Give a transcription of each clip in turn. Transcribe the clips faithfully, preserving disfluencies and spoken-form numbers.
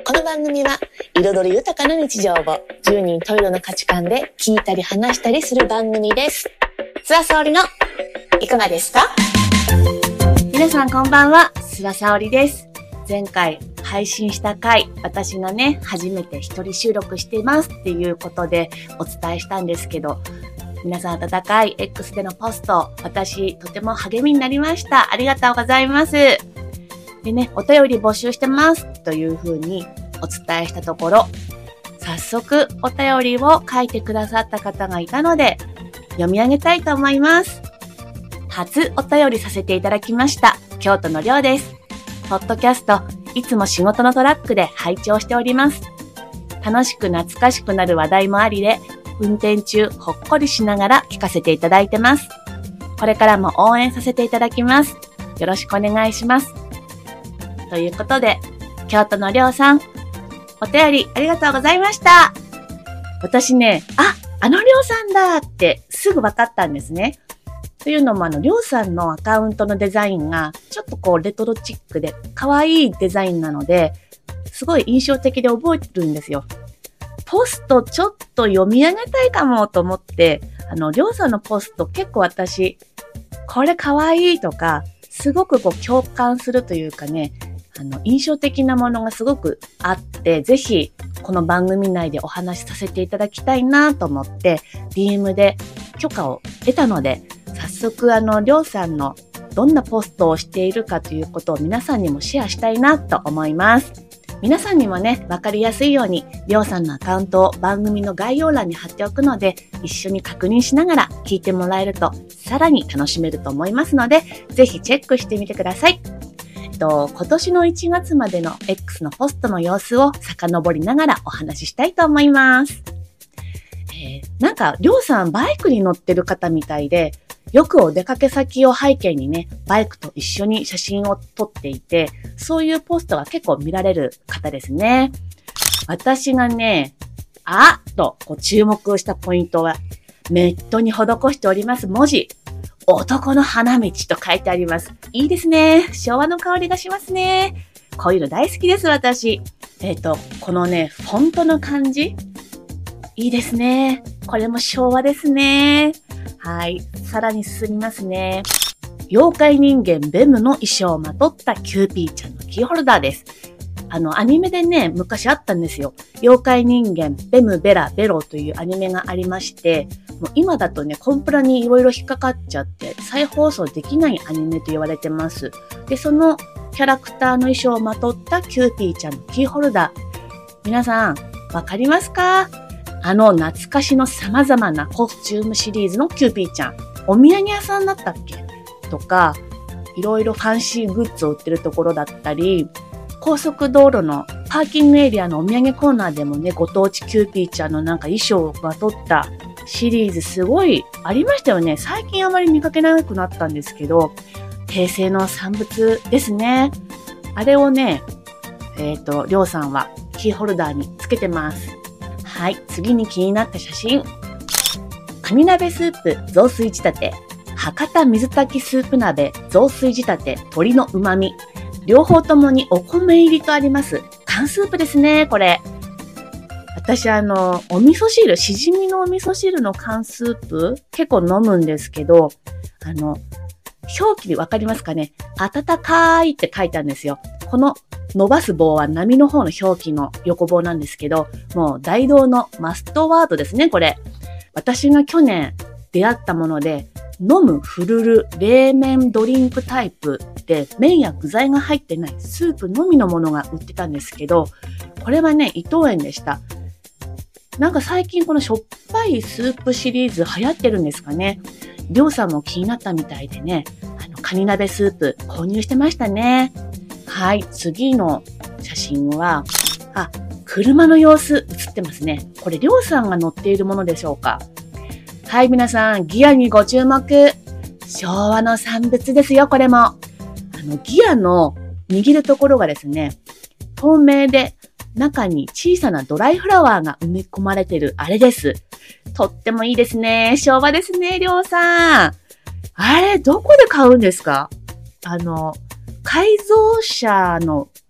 この番組は彩り豊かな日常をじゅうにん十色の価値観で聞いたり話したりする番組です。諏訪沙織のいかがですか？ 皆さんこんばんは、諏訪沙織です。前回配信した回、私がね、初めて一人収録していますっていうことでお伝えしたんですけど、皆さん温かい X でのポスト、私とても励みになりました。ありがとうございます。でね、お便り募集してますというふうにお伝えしたところ、早速お便りを書いてくださった方がいたので、読み上げたいと思います。初お便りさせていただきました。京都のりょうです。ポッドキャスト、いつも仕事のトラックで拝聴しております。楽しく懐かしくなる話題もありで、運転中ほっこりしながら聞かせていただいてます。これからも応援させていただきます。よろしくお願いします。ということで、京都のりょうさん、お便りありがとうございました。私ね、あ、あのりょうさんだってすぐ分かったんですね。というのもあの、りょうさんのアカウントのデザインがちょっとこうレトロチックで可愛いデザインなので、すごい印象的で覚えてるんですよ。ポストちょっと読み上げたいかもと思って、あの、りょうさんのポスト結構私、これ可愛いとか、すごくこう共感するというかね、あの、印象的なものがすごくあって、ぜひこの番組内でお話しさせていただきたいなと思って、ディーエム で許可を得たので、早速あの、りょうさんのどんなポストをしているかということを皆さんにもシェアしたいなと思います。皆さんにもね、わかりやすいように、りょうさんのアカウントを番組の概要欄に貼っておくので、一緒に確認しながら聞いてもらえると、さらに楽しめると思いますので、ぜひチェックしてみてください。えっと、今年のいちがつまでの X のポストの様子を遡りながらお話ししたいと思います。えー、なんか、りょうさんバイクに乗ってる方みたいで、よくお出かけ先を背景にね、バイクと一緒に写真を撮っていて、そういうポストが結構見られる方ですね。私がね、あっとこう注目したポイントは、ネットに施しております文字。男の花道と書いてあります。いいですね。昭和の香りがしますね。こういうの大好きです、私。えっと、このね、フォントの感じ。いいですね。これも昭和ですね。はい。さらに進みますね。妖怪人間ベムの衣装をまとったキューピーちゃんのキーホルダーです。あの、アニメでね、昔あったんですよ。妖怪人間ベムベラベロというアニメがありまして、もう今だとね、コンプラにいろいろ引っかかっちゃって、再放送できないアニメと言われてます。で、そのキャラクターの衣装をまとったキューピーちゃんのキーホルダー。皆さん、わかりますか？あの懐かしの様々なコスチュームシリーズのキューピーちゃん。お土産屋さんだったっけ？とか、いろいろファンシーグッズを売ってるところだったり、高速道路のパーキングエリアのお土産コーナーでもね、ご当地キューピーちゃんのなんか衣装をまとったシリーズすごいありましたよね。最近あまり見かけなくなったんですけど、平成の産物ですね。あれをね、えっと、りょうさんはキーホルダーにつけてます。はい、次に気になった写真。カニ鍋スープ雑炊仕立て、博多水炊きスープ鍋雑炊仕立て鶏の旨味、両方ともにお米入りとあります。缶スープですね、これ。私あの、お味噌汁、しじみのお味噌汁の缶スープ結構飲むんですけど、あの、表記でわかりますかね？温かいって書いてあるんですよ。この伸ばす棒は波の方の表記の横棒なんですけど、もう大道のマストワードですね、これ。私が去年出会ったもので、飲むフルル冷麺ドリンクタイプで麺や具材が入ってないスープのみのものが売ってたんですけど、これはね、伊藤園でした。なんか最近このしょっぱいスープシリーズ流行ってるんですかね。りょうさんも気になったみたいでね、あの、カニ鍋スープ購入してましたね。はい、次の写真は、あ、車の様子映ってますね。これ、りょうさんが乗っているものでしょうか？はい、皆さん、ギアにご注目。昭和の産物ですよ、これも。あの、ギアの握るところがですね、透明で中に小さなドライフラワーが埋め込まれているあれです。とってもいいですね。昭和ですね、りょうさん。あれ、どこで買うんですか？あの、改造車のグッ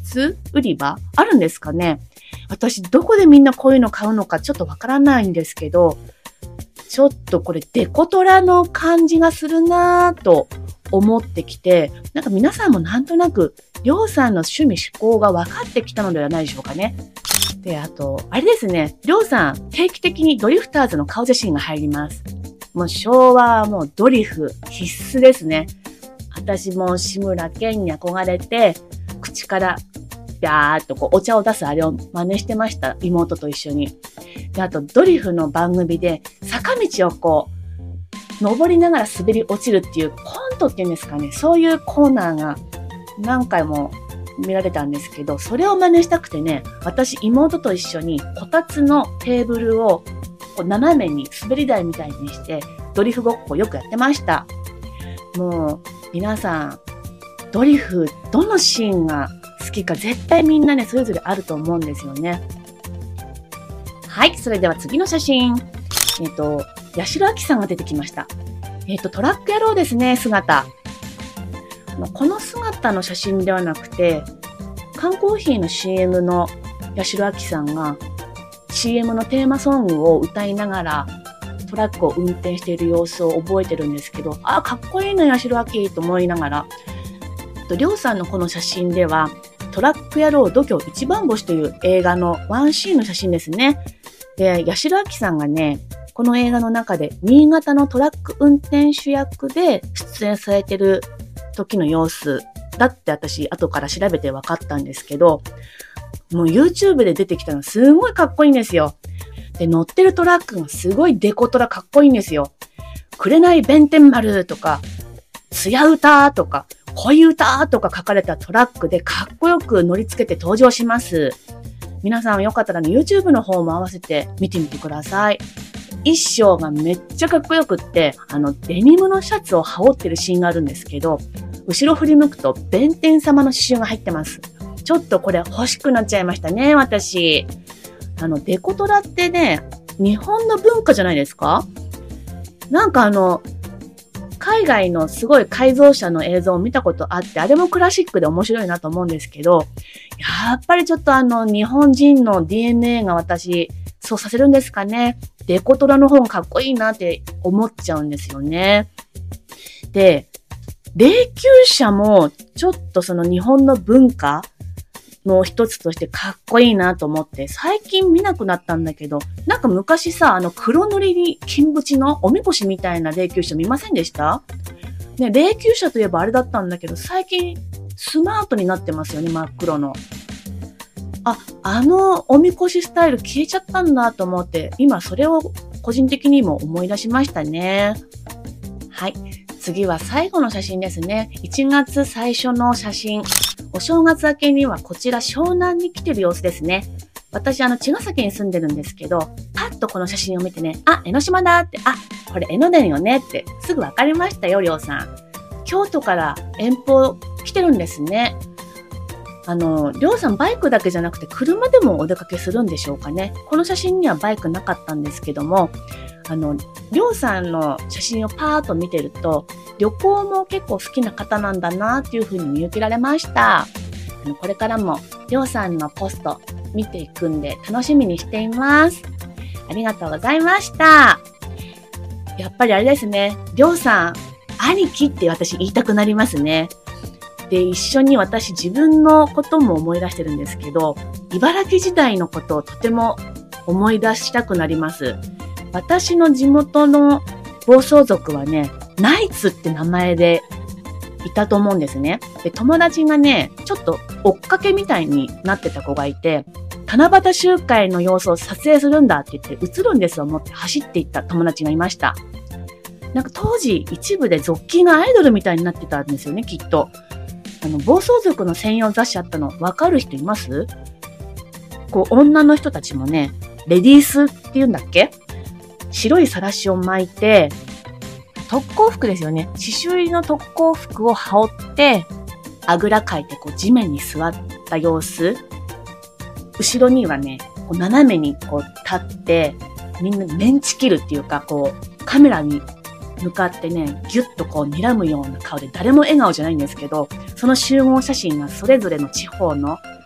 質売り場あるんですかね。私どこでみんなこういうの買うのかちょっとわからないんですけど、ちょっとこれデコトラの感じがするなぁと思ってきて、なんか皆さんもなんとなくりょうさんの趣味嗜好が分かってきたのではないでしょうかね。で、あと、あれですね、りょうさん定期的にドリフターズの顔写真が入ります。もう昭和はもうドリフ必須ですね。私も志村けんに憧れて、口からビャーっとこうお茶を出すあれを真似してました。妹と一緒に。で、あとドリフの番組で坂道をこう、登りながら滑り落ちるっていうコントっていうんですかね。そういうコーナーが何回も見られたんですけど、それを真似したくてね、私妹と一緒にこたつのテーブルをこう斜めに滑り台みたいにしてドリフごっこよくやってました。もう皆さん、ドリフどのシーンが好きか絶対みんなね、それぞれあると思うんですよね。はい、それでは次の写真。えっと、八代亜紀さんが出てきました。えっと、トラック野郎ですね、姿。この姿の写真ではなくて、缶コーヒーの シーエム の八代亜紀さんが シーエム のテーマソングを歌いながらトラックを運転している様子を覚えてるんですけど、あ、かっこいいな、八代亜紀と思いながら、りょうさんのこの写真では、トラック野郎度胸一番星という映画のワンシーンの写真ですね。で、八代亜紀さんがね、この映画の中で新潟のトラック運転手役で出演されてる時の様子だって私後から調べて分かったんですけど、もう YouTube で出てきたのすごいかっこいいんですよ。で、乗ってるトラックがすごいデコトラかっこいいんですよ。紅弁天丸とか、艶歌とか、恋歌とか書かれたトラックでかっこよく乗り付けて登場します。皆さんよかったらね、YouTube の方も合わせて見てみてください。衣装がめっちゃかっこよくって、あの、デニムのシャツを羽織ってるシーンがあるんですけど、後ろ振り向くと弁天様の刺繍が入ってます。ちょっとこれ欲しくなっちゃいましたね、私。あの、デコトラってね、日本の文化じゃないですか？なんかあの、海外のすごい改造車の映像を見たことあって、あれもクラシックで面白いなと思うんですけど、やっぱりちょっとあの、日本人の ディーエヌエー が私、そうさせるんですかね。デコトラの方がかっこいいなって思っちゃうんですよね。で、霊柩車もちょっとその日本の文化の一つとしてかっこいいなと思って、最近見なくなったんだけど、なんか昔さ、あの黒塗りに金縁のおみこしみたいな霊柩車見ませんでした？ね、霊柩車といえばあれだったんだけど、最近スマートになってますよね、真っ黒の。あ、あのおみこしスタイル消えちゃったんだと思って、今それを個人的にも思い出しましたね。はい。次は最後の写真ですね。いちがつ最初の写真。お正月明けにはこちら湘南に来てる様子ですね。私あの茅ヶ崎に住んでるんですけど、パッとこの写真を見てね、あ、江ノ島だって、あ、これ江ノ電よねってすぐわかりましたよ、りょうさん。京都から遠方来てるんですね。あの、りょうさんバイクだけじゃなくて車でもお出かけするんでしょうかね。この写真にはバイクなかったんですけども、あの、りょうさんの写真をパーッと見てると、旅行も結構好きな方なんだなっていうふうに見受けられました。あの、これからもりょうさんのポスト見ていくんで楽しみにしています。ありがとうございました。やっぱりあれですね、りょうさん、兄貴って私言いたくなりますね。で、一緒に私自分のことも思い出してるんですけど、茨城時代のことをとても思い出したくなります。私の地元の暴走族はね、ナイツって名前でいたと思うんですね。で、友達がね、ちょっと追っかけみたいになってた子がいて、七夕集会の様子を撮影するんだって言って映るんですを持って走っていった友達がいました。なんか当時一部でゾッキーがアイドルみたいになってたんですよね、きっと。あの、暴走族の専用雑誌あったの分かる人います？こう、女の人たちもね、レディースって言うんだっけ？白いさらしを巻いて、特攻服ですよね。刺繍入りの特攻服を羽織って、あぐらかいてこう地面に座った様子。後ろにはね、こう斜めにこう立って、みんなメンチ切るっていうか、こうカメラに向かってね、ギュッとこう睨むような顔で、誰も笑顔じゃないんですけど、その集合写真がそれぞれの地方の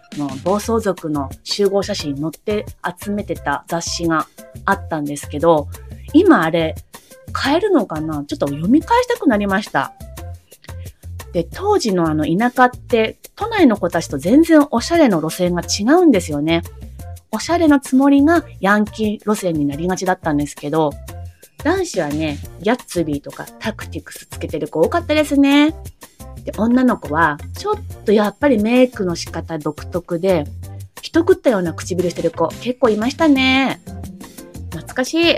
の暴走族の集合写真載って集めてた雑誌があったんですけど、今あれ買えるのかな？ちょっと読み返したくなりました。で、当時のあの田舎って都内の子たちと全然おしゃれの路線が違うんですよね。おしゃれなつもりがヤンキー路線になりがちだったんですけど、男子はね、ギャッツビーとかタクティクスつけてる子多かったですね。で、女の子はちょっとやっぱりメイクの仕方独特で、人食ったような唇してる子結構いましたね。懐かしい。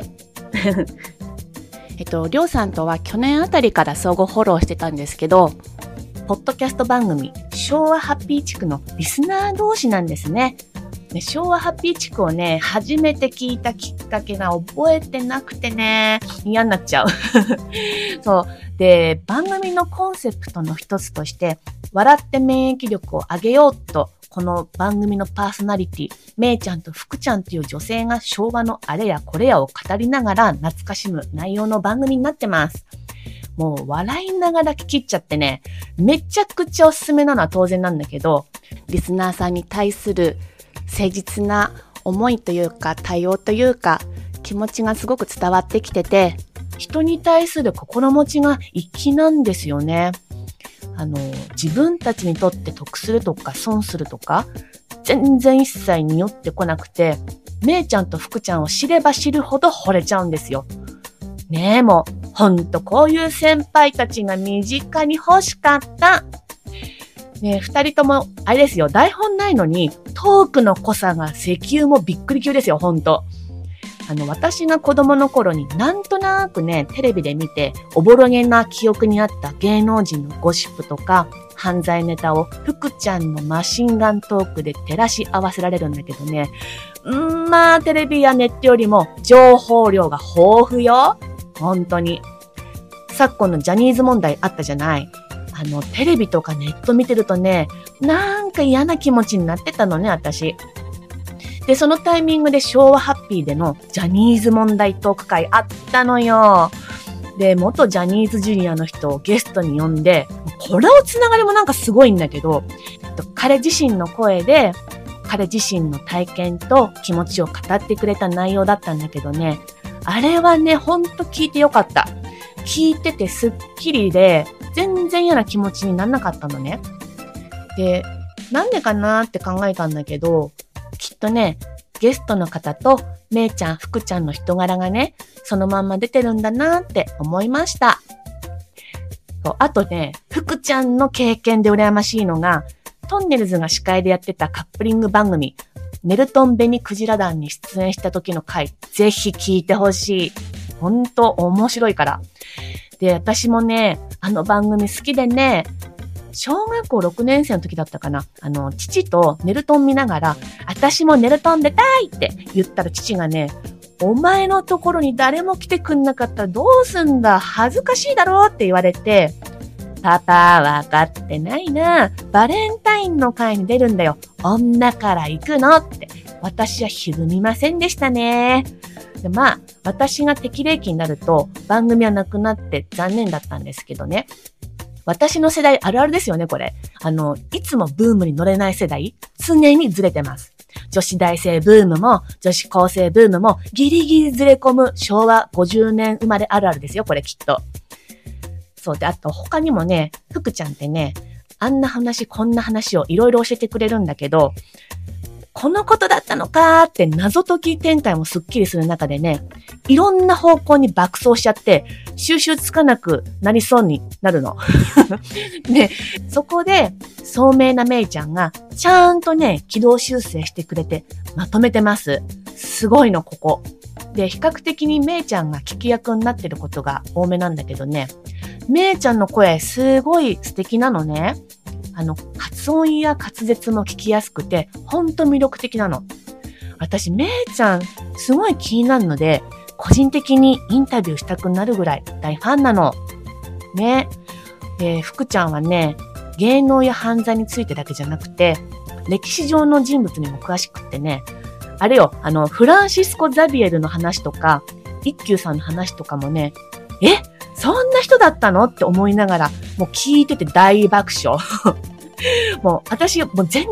えっと、りょうさんとは去年あたりから相互フォローしてたんですけど、ポッドキャスト番組、昭和ハッピー地区のリスナー同士なんですね。で、昭和ハッピー地区をね、初めて聞いたきっかけが覚えてなくてね、嫌になっちゃう。そう。で、番組のコンセプトの一つとして、笑って免疫力を上げようと、この番組のパーソナリティ、めいちゃんとふくちゃんという女性が昭和のあれやこれやを語りながら懐かしむ内容の番組になってます。もう笑いながら聞き入っちゃってね、めちゃくちゃおすすめなのは当然なんだけど、リスナーさんに対する誠実な思いというか対応というか気持ちがすごく伝わってきてて、人に対する心持ちが粋なんですよね。あの、自分たちにとって得するとか損するとか全然一切匂ってこなくて、めいちゃんとふくちゃんを知れば知るほど惚れちゃうんですよ。ねえ、もうほんとこういう先輩たちが身近に欲しかった。ねえ、二人ともあれですよ、台本ないのにトークの濃さが石油もびっくり級ですよ、ほんと。あの、私が子供の頃になんとなくね、テレビで見ておぼろげな記憶にあった芸能人のゴシップとか犯罪ネタをふくちゃんのマシンガントークで照らし合わせられるんだけどね、んーまあテレビやネットよりも情報量が豊富よ。本当に。昨今のジャニーズ問題あったじゃない。あの、テレビとかネット見てるとね、なんか嫌な気持ちになってたのね、私。で、そのタイミングで昭和ハッピーでのジャニーズ問題トーク会あったのよ。で、元ジャニーズジュニアの人をゲストに呼んで、これをつながりもなんかすごいんだけど、彼自身の声で、彼自身の体験と気持ちを語ってくれた内容だったんだけどね、あれはね、ほんと聞いてよかった。聞いててすっきりで、全然嫌な気持ちにならなかったのね。で、なんでかなって考えたんだけど、きっとね、ゲストの方とめいちゃん、ふくちゃんの人柄がね、そのまんま出てるんだなって思いました。あとね、ふくちゃんの経験で羨ましいのが、トンネルズが司会でやってたカップリング番組、ネルトンベニクジラ団に出演した時の回、ぜひ聞いてほしい。ほんと面白いから。で、私もね、あの番組好きでね、小学校ろくねん生の時だったかな。あの、父とネルトン見ながら、私もネルトン出たいって言ったら父がね、お前のところに誰も来てくんなかったらどうすんだ、恥ずかしいだろって言われて、パパわかってないな。バレンタインの会に出るんだよ。女から行くのって。私はひるみませんでしたね。で、まあ、私が適齢期になると番組はなくなって残念だったんですけどね。私の世代あるあるですよね、これ。あの、いつもブームに乗れない世代、常にずれてます。女子大生ブームも、女子高生ブームも、ギリギリずれ込む昭和ごじゅうねん生まれあるあるですよ、これきっと。そうで、あと他にもね、ふくちゃんってね、あんな話、こんな話をいろいろ教えてくれるんだけど、このことだったのかーって謎解き展開もスッキリする中でね、いろんな方向に爆走しちゃって、収集つかなくなりそうになるの。で、そこで、聡明なめいちゃんが、ちゃんとね、軌道修正してくれて、まとめてます。すごいの、ここ。で、比較的にめいちゃんが聞き役になってることが多めなんだけどね、めいちゃんの声、すごい素敵なのね。あの、発音や滑舌も聞きやすくて、ほんと魅力的なの。私、めいちゃん、すごい気になるので、個人的にインタビューしたくなるぐらい大ファンなの。ね。えー、福ちゃんはね、芸能や犯罪についてだけじゃなくて、歴史上の人物にも詳しくってね、あれよ、あの、フランシスコ・ザビエルの話とか、一休さんの話とかもね、えそんな人だったのって思いながら、もう聞いてて大爆笑。もう私、もう全然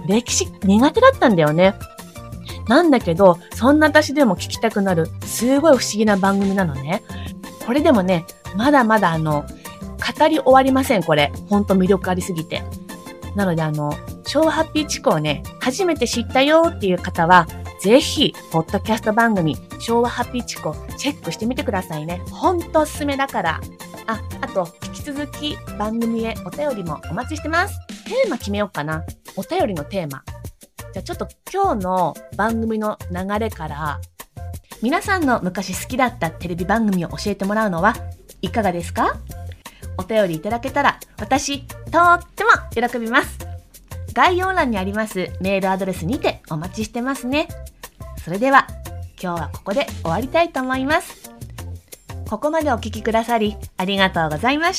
歴史苦手だったんだよね。なんだけど、そんな私でも聞きたくなる、すごい不思議な番組なのね。これでもね、まだまだあの、語り終わりません、これ。ほんと魅力ありすぎて。なのであの、昭和ハッピーチコをね、初めて知ったよっていう方は、ぜひ、ポッドキャスト番組、昭和ハッピーチコ、チェックしてみてくださいね。ほんとおすすめだから。あ、あと、引き続き番組へお便りもお待ちしてます。テーマ決めようかな。お便りのテーマ。じゃあちょっと今日の番組の流れから、皆さんの昔好きだったテレビ番組を教えてもらうのはいかがですか？お便りいただけたら私とっても喜びます。概要欄にありますメールアドレスにてお待ちしてますね。それでは今日はここで終わりたいと思います。ここまでお聞きくださりありがとうございました。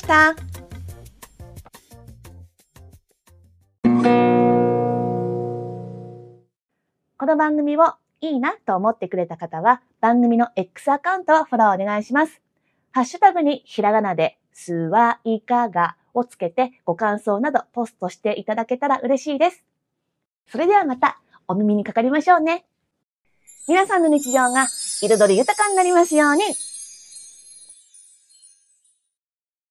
この番組をいいなと思ってくれた方は番組の X アカウントをフォローお願いします。ハッシュタグにひらがなでスワイカガをつけてご感想などポストしていただけたら嬉しいです。それではまたお耳にかかりましょうね。皆さんの日常が彩り豊かになりますように。